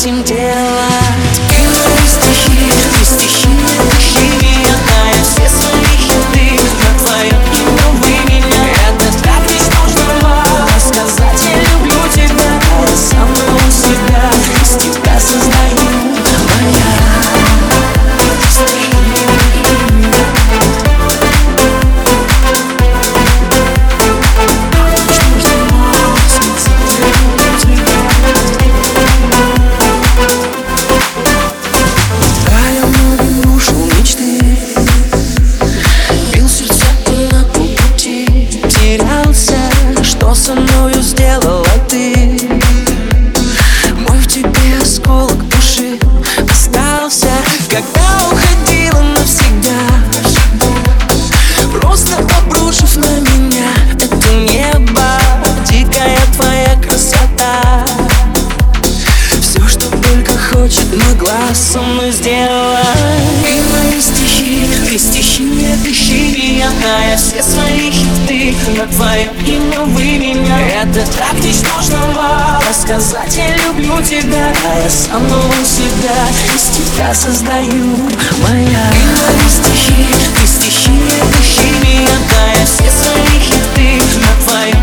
хотим делать. И мои стихи, ты стихи, дыши меня, а я все свои хиты на твоем имя меня. Это так ведь нужно сказать: я люблю тебя, а я самого себя из тебя создаю. Моя со мною сделала ты. Мой в тебе осколок души остался, когда уходила навсегда, просто обрушив на меня это небо. Дикая твоя красота, все, что только хочет мой глаз, со мной сделай. И мои стихи, ты стихи, не дыши меня, а я все свои хиты на твоем имя меня. Это так ведь нужно рассказать: я люблю тебя, а я самого себя из тебя создаю. Моя и мои стихи, ты стихи, не дыши меня, а я все свои хиты на твоем